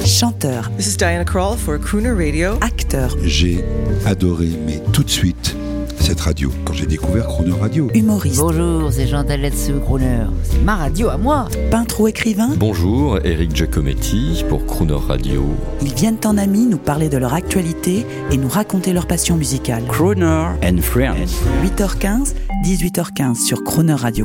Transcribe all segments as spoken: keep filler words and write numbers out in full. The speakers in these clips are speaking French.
chanteur. This is Diana Krall for Crooner Radio. Acteur. J'ai adoré, mais tout de suite, cette radio, quand j'ai découvert Crooner Radio. Humoriste. Bonjour, c'est Jean Daletsu, Crooner. C'est ma radio à moi. Peintre ou écrivain. Bonjour, Eric Giacometti pour Crooner Radio. Ils viennent en amis nous parler de leur actualité et nous raconter leur passion musicale. Crooner and Friends. huit heures quinze, dix-huit heures quinze sur Crooner Radio.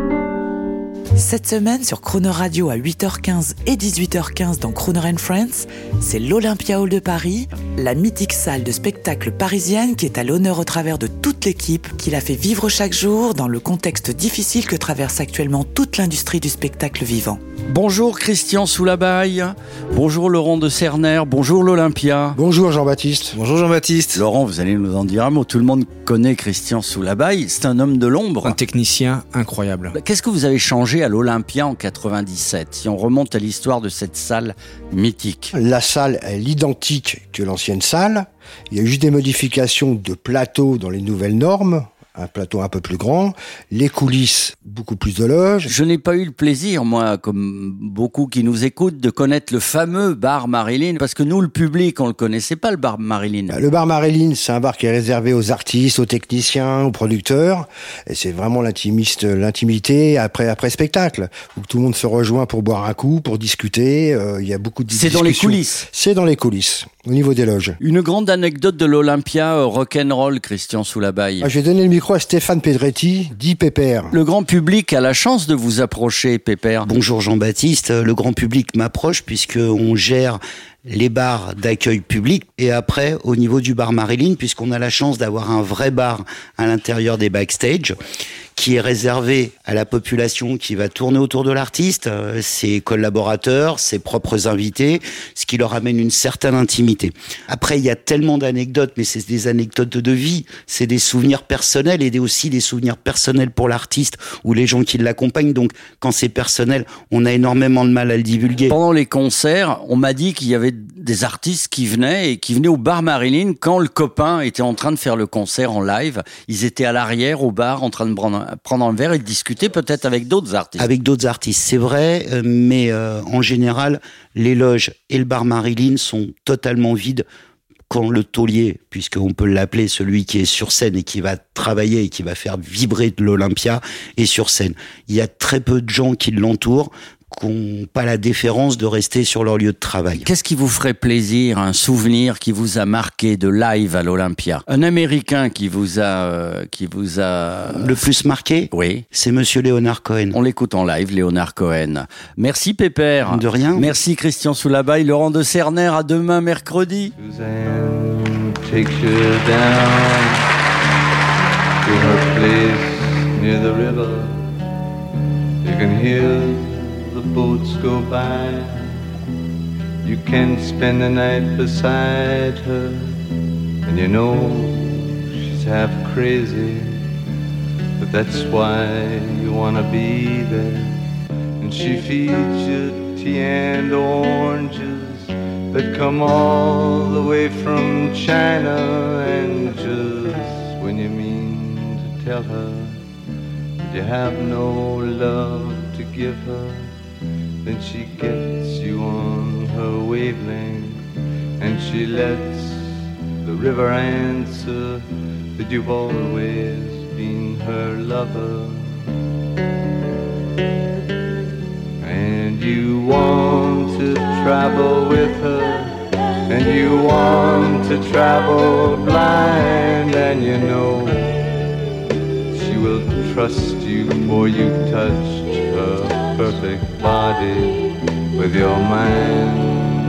Cette semaine sur Crooner Radio à huit heures quinze et dix-huit heures quinze dans Crooner and Friends, c'est l'Olympia Hall de Paris, la mythique salle de spectacle parisienne qui est à l'honneur au travers de toute l'équipe qui l'a fait vivre chaque jour dans le contexte difficile que traverse actuellement toute l'industrie du spectacle vivant. Bonjour Christian Soulabaille, bonjour Laurent de Cerner, bonjour l'Olympia. Bonjour Jean-Baptiste. Bonjour Jean-Baptiste. Laurent, vous allez nous en dire un mot, tout le monde connaît Christian Soulabaille, c'est un homme de l'ombre. Un technicien incroyable. Qu'est-ce que vous avez changé à l'Olympia en quatre-vingt-dix-sept, si on remonte à l'histoire de cette salle mythique? La salle est l'identique que l'ancienne salle, il y a eu juste des modifications de plateau dans les nouvelles normes. Un plateau un peu plus grand, les coulisses, beaucoup plus de loges. Je n'ai pas eu le plaisir, moi, comme beaucoup qui nous écoutent, de connaître le fameux bar Marilyn, parce que nous, le public, on le connaissait pas, le bar Marilyn. Le bar Marilyn, c'est un bar qui est réservé aux artistes, aux techniciens, aux producteurs, et c'est vraiment l'intimiste, l'intimité après, après spectacle, où tout le monde se rejoint pour boire un coup, pour discuter, euh, il y a beaucoup de C'est discussions. dans les coulisses. C'est dans les coulisses, au niveau des loges. Une grande anecdote de l'Olympia euh, rock'n'roll, Christian Soulabaille. Ah, je vais donner le micro à Stéphane Pedretti, dit Pépère. Le grand public a la chance de vous approcher, Pépère. Bonjour Jean-Baptiste, le grand public m'approche puisqu'on gère les bars d'accueil public et après au niveau du bar Marilyn, puisqu'on a la chance d'avoir un vrai bar à l'intérieur des backstage qui est réservé à la population qui va tourner autour de l'artiste, euh, ses collaborateurs, ses propres invités, ce qui leur amène une certaine intimité. Après, il y a tellement d'anecdotes, mais c'est des anecdotes de vie, c'est des souvenirs personnels et aussi des souvenirs personnels pour l'artiste ou les gens qui l'accompagnent. Donc, quand c'est personnel, on a énormément de mal à le divulguer. Pendant les concerts, on m'a dit qu'il y avait des artistes qui venaient et qui venaient au bar Marilyn quand le copain était en train de faire le concert en live. Ils étaient à l'arrière au bar en train de prendre un, prendre un verre et de discuter peut-être avec d'autres artistes. Avec d'autres artistes, c'est vrai, euh, mais euh, en général, les loges et le bar Marilyn sont totalement vides quand le taulier, puisqu'on peut l'appeler celui qui est sur scène et qui va travailler et qui va faire vibrer de l'Olympia, est sur scène. Il y a très peu de gens qui l'entourent, qui n'ont pas la déférence de rester sur leur lieu de travail. Qu'est-ce qui vous ferait plaisir, un souvenir qui vous a marqué de live à l'Olympia? Un Américain qui vous a... Euh, qui vous a... Le plus marqué? Oui. C'est Monsieur Leonard Cohen. On l'écoute en live, Leonard Cohen. Merci Pépère. De rien. Merci Christian Soulabaille, Laurent de Cerner, à demain mercredi. Suzanne takes you down to her place near the river. You can hear the boats go by. You can spend the night beside her, and you know she's half crazy, but that's why you wanna be there. And she feeds you tea and oranges that come all the way from China, and just when you mean to tell her that you have no love to give her, then she gets you on her wavelength, and she lets the river answer that you've always been her lover. And you want to travel with her, and you want to travel blind, and you know she will trust you, for you touched her perfect body with your mind.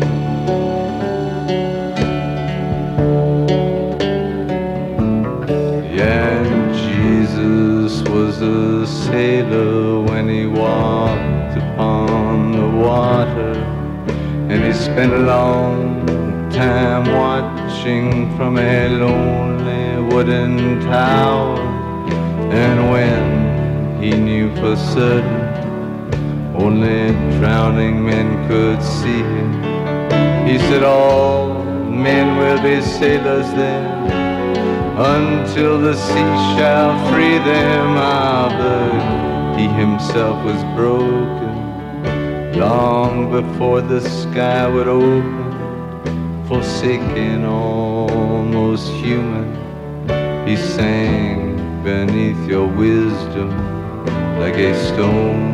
Yeah, and Jesus was a sailor when he walked upon the water, and he spent a long time watching from a lonely wooden tower. And when he knew for certain only drowning men could see him, he said all men will be sailors then, until the sea shall free them. Ah, but he himself was broken, long before the sky would open, forsaken, almost human. He sang beneath your wisdom like a stone.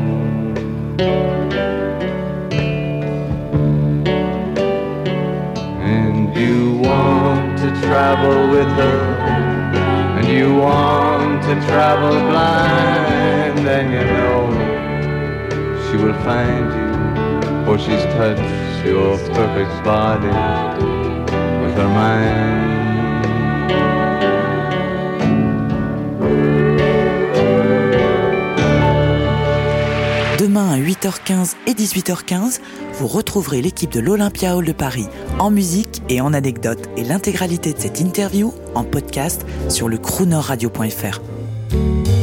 And you want to travel with her, and you want to travel blind, and you know she will find you, for she's touched your perfect body with her mind. Demain à huit heures quinze et dix-huit heures quinze, vous retrouverez l'équipe de l'Olympia Hall de Paris en musique et en anecdotes et l'intégralité de cette interview en podcast sur le crooner radio point f r.